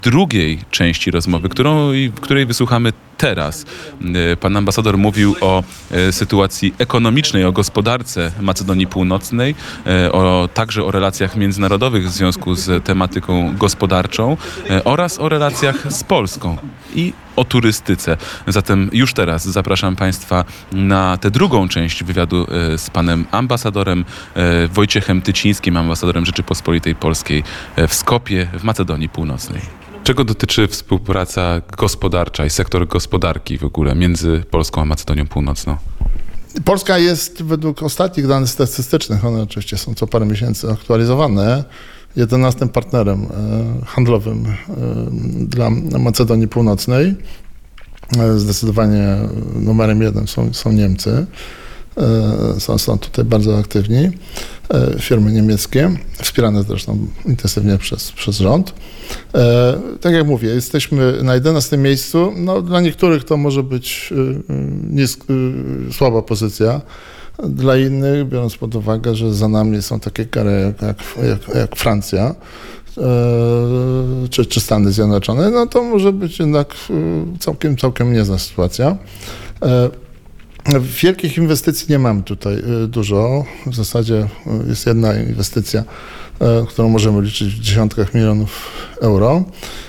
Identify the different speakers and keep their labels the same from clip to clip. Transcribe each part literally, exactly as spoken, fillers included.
Speaker 1: drugiej części rozmowy, którą, w której wysłuchamy teraz. Pan ambasador mówił o sytuacji ekonomicznej, o gospodarce Macedonii Północnej, o, także o relacjach międzynarodowych w związku z tematyką gospodarczą oraz o relacjach z Polską i o turystyce. Zatem już teraz zapraszam Państwa na tę drugą część wywiadu z panem ambasadorem Wojciechem Tycińskim, ambasadorem Rzeczypospolitej Polskiej w Skopje w Macedonii Północnej. Czego dotyczy współpraca gospodarcza i sektor gospodarki w ogóle między Polską a Macedonią Północną?
Speaker 2: Polska jest według ostatnich danych statystycznych, one oczywiście są co parę miesięcy aktualizowane, jedenastym partnerem handlowym dla Macedonii Północnej. Zdecydowanie numerem jeden są, są Niemcy. Są, są tutaj bardzo aktywni firmy niemieckie, wspierane zresztą intensywnie przez, przez rząd. Tak jak mówię, jesteśmy na jedenastym miejscu. No, dla niektórych to może być nisk, słaba pozycja. Dla innych, biorąc pod uwagę, że za nami są takie kraje jak, jak, jak Francja czy, czy Stany Zjednoczone, no to może być jednak całkiem, całkiem niezła sytuacja. Wielkich inwestycji nie mamy tutaj dużo. W zasadzie jest jedna inwestycja, którą możemy liczyć w dziesiątkach milionów euro.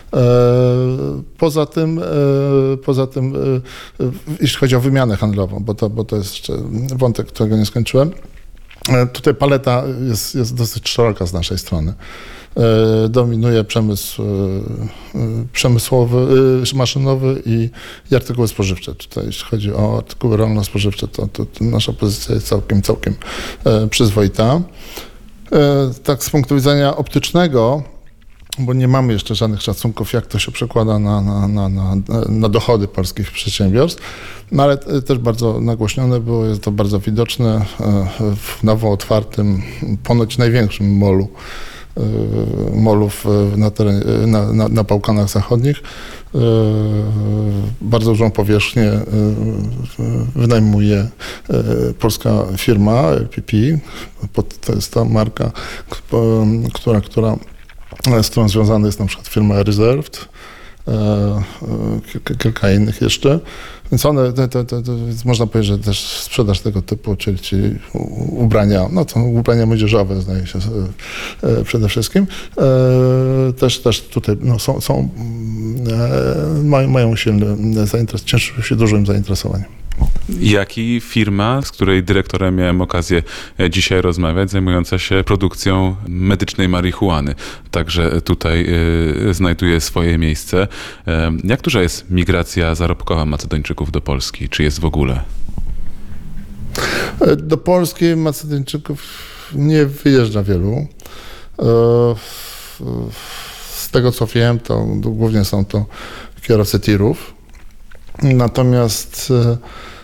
Speaker 2: Poza tym, poza tym, jeśli chodzi o wymianę handlową, bo to, bo to jest jeszcze wątek, którego nie skończyłem, tutaj paleta jest, jest dosyć szeroka z naszej strony. Dominuje przemysł przemysłowy, maszynowy i, i artykuły spożywcze. Tutaj jeśli chodzi o artykuły rolno-spożywcze, to, to, to nasza pozycja jest całkiem, całkiem przyzwoita. Tak z punktu widzenia optycznego, bo nie mamy jeszcze żadnych szacunków, jak to się przekłada na, na, na, na, na dochody polskich przedsiębiorstw, no ale też bardzo nagłośnione było, jest to bardzo widoczne w nowo otwartym, ponoć największym molu, molów na, terenie, na, na, na Bałkanach Zachodnich. Bardzo dużą powierzchnię wynajmuje polska firma L P P. To jest ta marka, która, która, z którą związana jest na przykład firma Reserved, kilka, kilka innych jeszcze. Więc one, to, to, to, to, więc można powiedzieć, że też sprzedaż tego typu, czyli, czyli ubrania, no to ubrania młodzieżowe zdaje się przede wszystkim, też, też tutaj no, są, są mają, mają silne zainteresowanie, cieszy się dużym zainteresowaniem.
Speaker 1: Jak i firma, z której dyrektorem miałem okazję dzisiaj rozmawiać, zajmująca się produkcją medycznej marihuany. Także tutaj y, znajduje swoje miejsce. Y, jak duża jest migracja zarobkowa Macedończyków do Polski? Czy jest w ogóle?
Speaker 2: Do Polski Macedończyków nie wyjeżdża wielu. Y, z tego co wiem, to głównie są to kierowcy tirów. Natomiast e,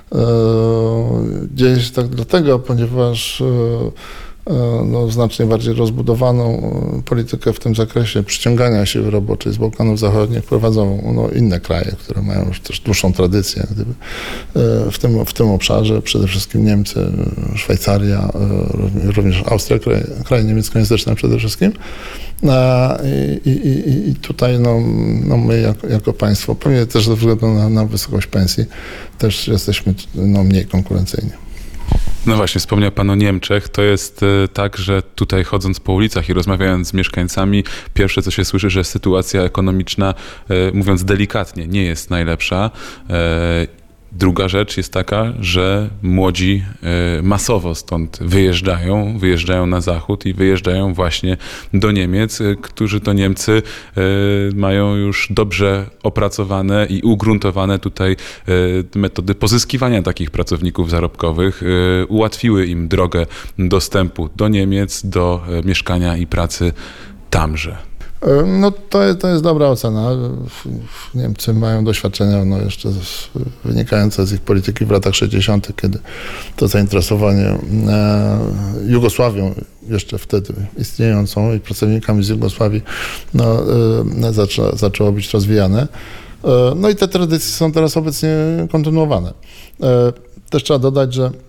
Speaker 2: dzieje się tak dlatego, ponieważ e, no, znacznie bardziej rozbudowaną politykę w tym zakresie przyciągania siły roboczej z Bałkanów Zachodnich prowadzą no, inne kraje, które mają już też dłuższą tradycję jak gdyby, e, w, tym, w tym obszarze, przede wszystkim Niemcy, Szwajcaria, e, również Austria, kraje, kraje niemieckojęzyczne przede wszystkim. I, i, i tutaj no, no my jako, jako państwo, pewnie też ze względu na, na wysokość pensji, też jesteśmy no, mniej konkurencyjni.
Speaker 1: No właśnie, wspomniał pan o Niemczech. To jest e, tak, że tutaj chodząc po ulicach i rozmawiając z mieszkańcami, pierwsze co się słyszy, że sytuacja ekonomiczna, e, mówiąc delikatnie, nie jest najlepsza. E, Druga rzecz jest taka, że młodzi y, masowo stąd wyjeżdżają, wyjeżdżają na zachód i wyjeżdżają właśnie do Niemiec, y, którzy to Niemcy y, mają już dobrze opracowane i ugruntowane tutaj y, metody pozyskiwania takich pracowników zarobkowych. Y, ułatwiły im drogę dostępu do Niemiec, do y, mieszkania i pracy tamże.
Speaker 2: No to, to jest dobra ocena. Niemcy mają doświadczenia no jeszcze z, wynikające z ich polityki w latach sześćdziesiątych, kiedy to zainteresowanie e, Jugosławią, jeszcze wtedy istniejącą i pracownikami z Jugosławii no, e, zaczę, zaczęło być rozwijane. E, no i te tradycje są teraz obecnie kontynuowane. E, też trzeba dodać, że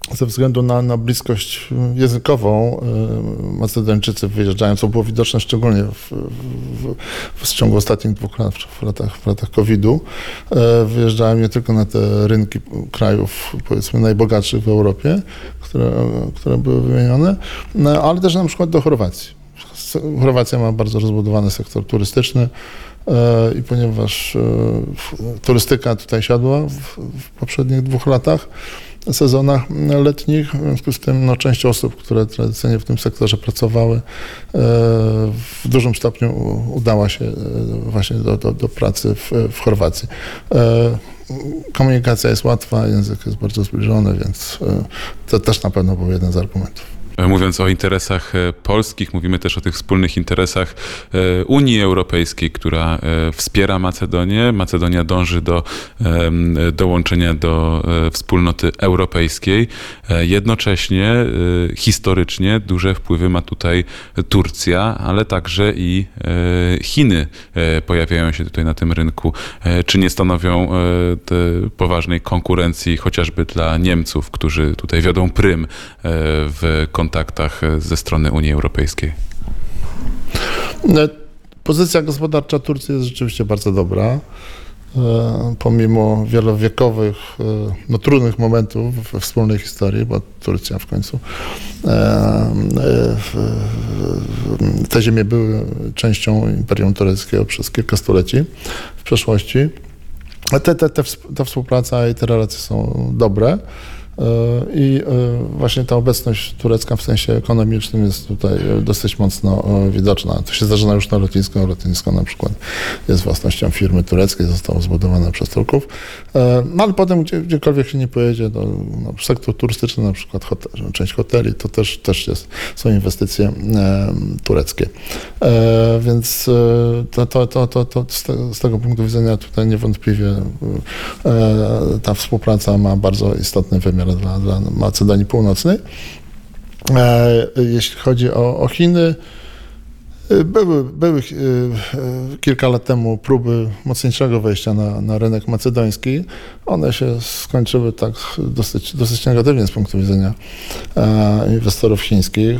Speaker 2: ze względu na, na bliskość językową Macedończycy wyjeżdżają, co było widoczne szczególnie w, w, w ciągu ostatnich dwóch lat, w latach, w latach kowida, wyjeżdżają nie tylko na te rynki krajów, powiedzmy, najbogatszych w Europie, które, które były wymienione, no, ale też na przykład do Chorwacji. Chorwacja ma bardzo rozbudowany sektor turystyczny i ponieważ turystyka tutaj siadła w, w poprzednich dwóch latach, sezonach letnich, w związku z tym no, część osób, które tradycyjnie w tym sektorze pracowały, w dużym stopniu udała się właśnie do, do, do pracy w, w Chorwacji. Komunikacja jest łatwa, język jest bardzo zbliżony, więc to też na pewno był jeden z argumentów.
Speaker 1: Mówiąc o interesach polskich, mówimy też o tych wspólnych interesach Unii Europejskiej, która wspiera Macedonię. Macedonia dąży do dołączenia do wspólnoty europejskiej. Jednocześnie historycznie duże wpływy ma tutaj Turcja, ale także i Chiny pojawiają się tutaj na tym rynku. Czy nie stanowią poważnej konkurencji chociażby dla Niemców, którzy tutaj wiodą prym w kontaktach ze strony Unii Europejskiej?
Speaker 2: Pozycja gospodarcza Turcji jest rzeczywiście bardzo dobra. Pomimo wielowiekowych, no, trudnych momentów we wspólnej historii, bo Turcja w końcu te ziemie były częścią Imperium Tureckiego przez kilka stuleci w przeszłości. Te, te, te, ta współpraca i te relacje są dobre. I właśnie ta obecność turecka w sensie ekonomicznym jest tutaj dosyć mocno widoczna. To się zaczyna już na lotnisku. Lotnisko na przykład jest własnością firmy tureckiej, zostało zbudowane przez Turków. No ale potem gdzie, gdziekolwiek się nie pojedzie, to no, sektor turystyczny, na przykład hotel, część hoteli, to też, też jest, są inwestycje e, tureckie. E, więc to, to, to, to, to z, te, z tego punktu widzenia tutaj niewątpliwie e, ta współpraca ma bardzo istotny wymiar Dla, dla Macedonii Północnej. E, jeśli chodzi o, o Chiny, były, były e, kilka lat temu próby mocniejszego wejścia na, na rynek macedoński. One się skończyły tak dosyć, dosyć negatywnie z punktu widzenia e, inwestorów chińskich.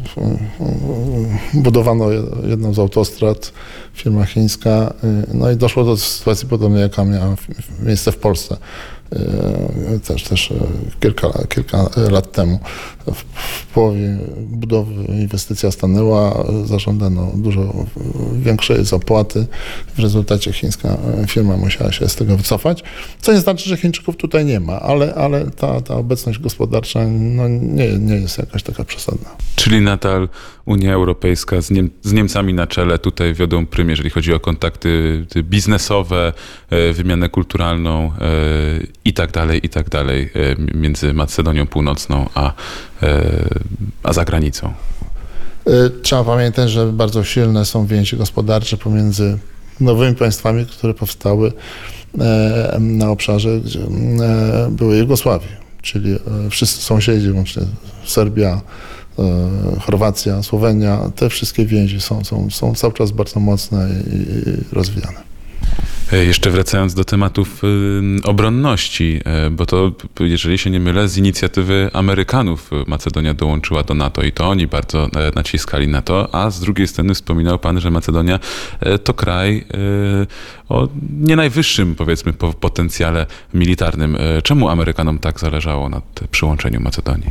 Speaker 2: Budowano jedną z autostrad, firma chińska, no i doszło do sytuacji podobnej, jaka miała miejsce w Polsce. Też, też kilka, kilka lat temu. W, w połowie budowy inwestycja stanęła, zażądano dużo większej zapłaty. W rezultacie chińska firma musiała się z tego wycofać, co nie znaczy, że Chińczyków tutaj nie ma, ale, ale ta, ta obecność gospodarcza no, nie, nie jest jakaś taka przesadna.
Speaker 1: Czyli nadal Unia Europejska z, Niem- z Niemcami na czele tutaj wiodą prym, jeżeli chodzi o kontakty biznesowe, wymianę kulturalną i tak dalej, i tak dalej między Macedonią Północną a, a za granicą.
Speaker 2: Trzeba pamiętać, że bardzo silne są więzi gospodarcze pomiędzy nowymi państwami, które powstały na obszarze, gdzie były Jugosławii, czyli wszyscy sąsiedzi, łącznie Serbia, Chorwacja, Słowenia, te wszystkie więzi są, są, są cały czas bardzo mocne i rozwijane.
Speaker 1: Jeszcze wracając do tematów obronności, bo to, jeżeli się nie mylę, z inicjatywy Amerykanów Macedonia dołączyła do NATO i to oni bardzo naciskali na to, a z drugiej strony wspominał pan, że Macedonia to kraj o nie najwyższym, powiedzmy, potencjale militarnym. Czemu Amerykanom tak zależało na przyłączeniu Macedonii?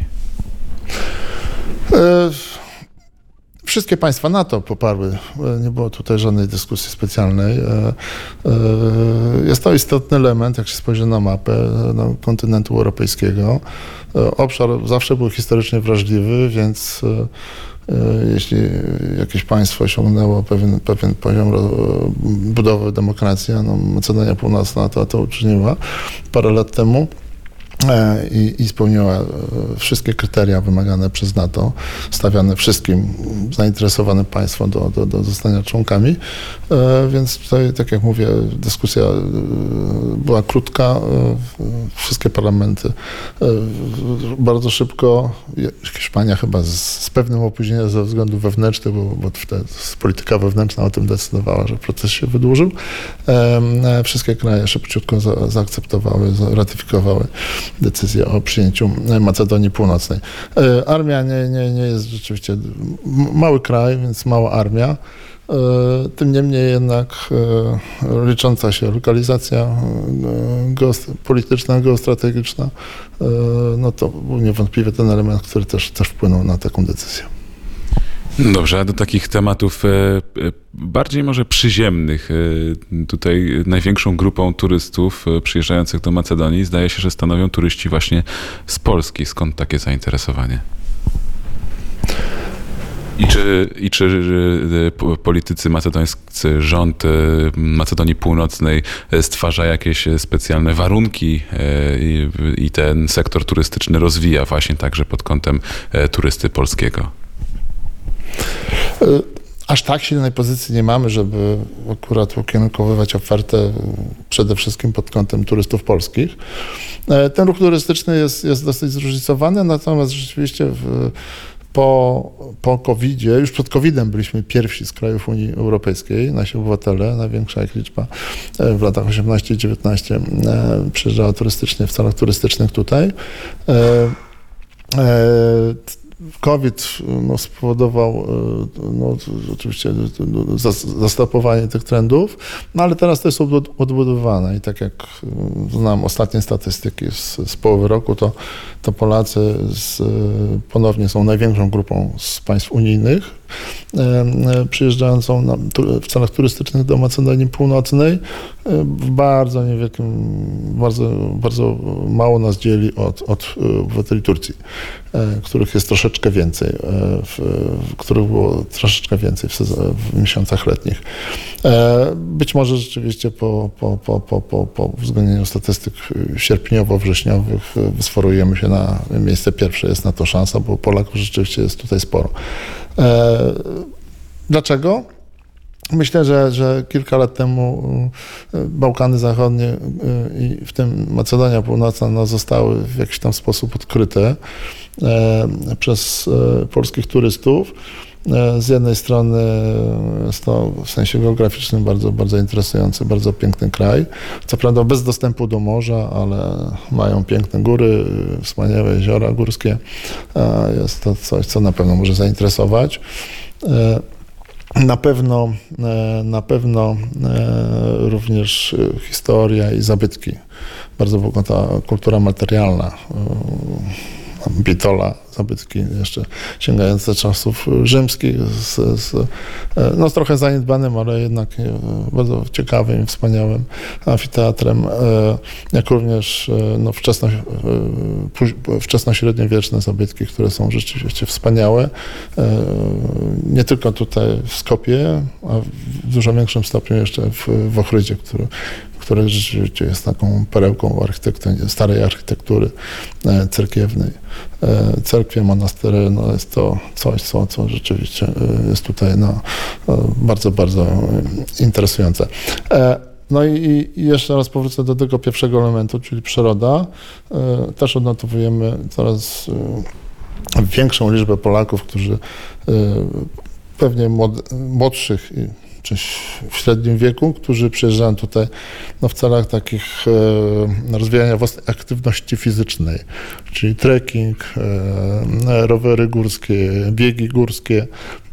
Speaker 2: Wszystkie państwa NATO poparły, nie było tutaj żadnej dyskusji specjalnej. Jest to istotny element, jak się spojrzy na mapę no, kontynentu europejskiego. Obszar zawsze był historycznie wrażliwy, więc jeśli jakieś państwo osiągnęło pewien, pewien poziom budowy demokracji, no Macedonia Północna to, to uczyniła parę lat temu. I, i spełniła wszystkie kryteria wymagane przez NATO, stawiane wszystkim zainteresowanym państwom do, do, do zostania członkami. Więc tutaj, tak jak mówię, dyskusja była krótka. Wszystkie parlamenty bardzo szybko, Hiszpania chyba z, z pewnym opóźnieniem ze względów wewnętrznych, bo, bo wtedy polityka wewnętrzna o tym decydowała, że proces się wydłużył. Wszystkie kraje szybciutko za, zaakceptowały, ratyfikowały decyzję o przyjęciu Macedonii Północnej. Armia nie, nie, nie jest rzeczywiście mały kraj, więc mała armia. Tym niemniej jednak licząca się lokalizacja geopolityczna, geostrategiczna, no to był niewątpliwie ten element, który też, też wpłynął na taką decyzję.
Speaker 1: Dobrze, a do takich tematów bardziej może przyziemnych. Tutaj największą grupą turystów przyjeżdżających do Macedonii zdaje się, że stanowią turyści właśnie z Polski. Skąd takie zainteresowanie? I czy, I czy politycy macedońscy, rząd Macedonii Północnej stwarza jakieś specjalne warunki i, i ten sektor turystyczny rozwija właśnie także pod kątem turysty polskiego?
Speaker 2: Aż tak silnej pozycji nie mamy, żeby akurat ukierunkowywać ofertę przede wszystkim pod kątem turystów polskich. Ten ruch turystyczny jest, jest dosyć zróżnicowany, natomiast rzeczywiście w, po, po kowidzie, już przed kowidem byliśmy pierwsi z krajów Unii Europejskiej, nasi obywatele, największa ich liczba w latach osiemnaście dziewiętnaście przyjeżdżała turystycznie, w celach turystycznych tutaj. COVID no, spowodował no, oczywiście zastopowanie tych trendów, no ale teraz to jest odbudowane i tak jak znam ostatnie statystyki z, z połowy roku, to, to Polacy z, ponownie są największą grupą z państw unijnych przyjeżdżającą na, w celach turystycznych do Macedonii Północnej. W bardzo niewielkim, bardzo, bardzo mało nas dzieli od, od obywateli Turcji, których jest troszeczkę więcej, w, których było troszeczkę więcej w, sezon, w miesiącach letnich. Być może rzeczywiście po, po, po, po, po, po uwzględnieniu statystyk sierpniowo-wrześniowych wysforujemy się na miejsce pierwsze. Jest na to szansa, bo Polaków rzeczywiście jest tutaj sporo. Dlaczego? Myślę, że, że kilka lat temu Bałkany Zachodnie i w tym Macedonia Północna no, zostały w jakiś tam sposób odkryte przez polskich turystów. Z jednej strony jest to w sensie geograficznym bardzo, bardzo interesujący, bardzo piękny kraj. Co prawda bez dostępu do morza, ale mają piękne góry, wspaniałe jeziora górskie. Jest to coś, co na pewno może zainteresować. Na pewno, na pewno również historia i zabytki. Bardzo bogata kultura materialna. Bitola, zabytki jeszcze sięgające czasów rzymskich, z, z, no z trochę zaniedbanym, ale jednak bardzo ciekawym i wspaniałym amfiteatrem, jak również no, wczesno, wczesnośredniowieczne zabytki, które są rzeczywiście wspaniałe. Nie tylko tutaj w Skopie, a w dużo większym stopniu jeszcze w, w Ochrydzie, który które rzeczywiście jest taką perełką architektury, starej architektury cerkiewnej. Cerkwie, monastery, no jest to coś, co, co rzeczywiście jest tutaj no, bardzo, bardzo interesujące. No i, i jeszcze raz powrócę do tego pierwszego elementu, czyli przyroda. Też odnotowujemy coraz większą liczbę Polaków, którzy pewnie młod, młodszych i czy w średnim wieku, którzy przyjeżdżają tutaj no, w celach takich e, rozwijania własnej aktywności fizycznej, czyli trekking, e, rowery górskie, biegi górskie.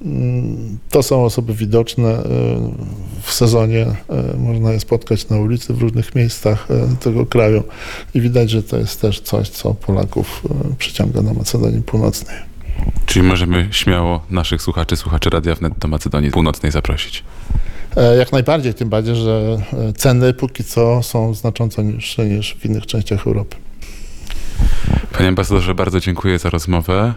Speaker 2: To są osoby widoczne e, w sezonie. E, można je spotkać na ulicy w różnych miejscach e, tego kraju i widać, że to jest też coś, co Polaków e, przyciąga do Macedonii Północnej.
Speaker 1: Czyli możemy śmiało naszych słuchaczy, słuchaczy Radia Wnet do Macedonii Północnej zaprosić.
Speaker 2: Jak najbardziej, tym bardziej, że ceny póki co są znacząco niższe niż w innych częściach Europy.
Speaker 1: Panie ambasadorze, bardzo dziękuję za rozmowę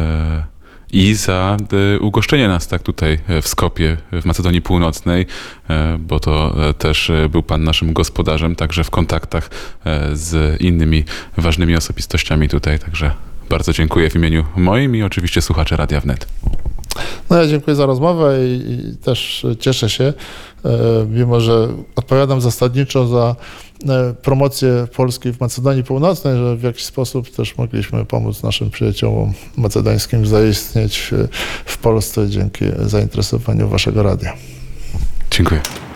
Speaker 1: i za ugoszczenie nas tak tutaj w Skopie, w Macedonii Północnej, bo to też był pan naszym gospodarzem, także w kontaktach z innymi ważnymi osobistościami tutaj, także bardzo dziękuję w imieniu moim i oczywiście słuchaczy Radia Wnet.
Speaker 2: No ja dziękuję za rozmowę i, i też cieszę się, mimo że odpowiadam zasadniczo za promocję Polski w Macedonii Północnej, że w jakiś sposób też mogliśmy pomóc naszym przyjaciołom macedońskim zaistnieć w Polsce dzięki zainteresowaniu waszego radia.
Speaker 1: Dziękuję.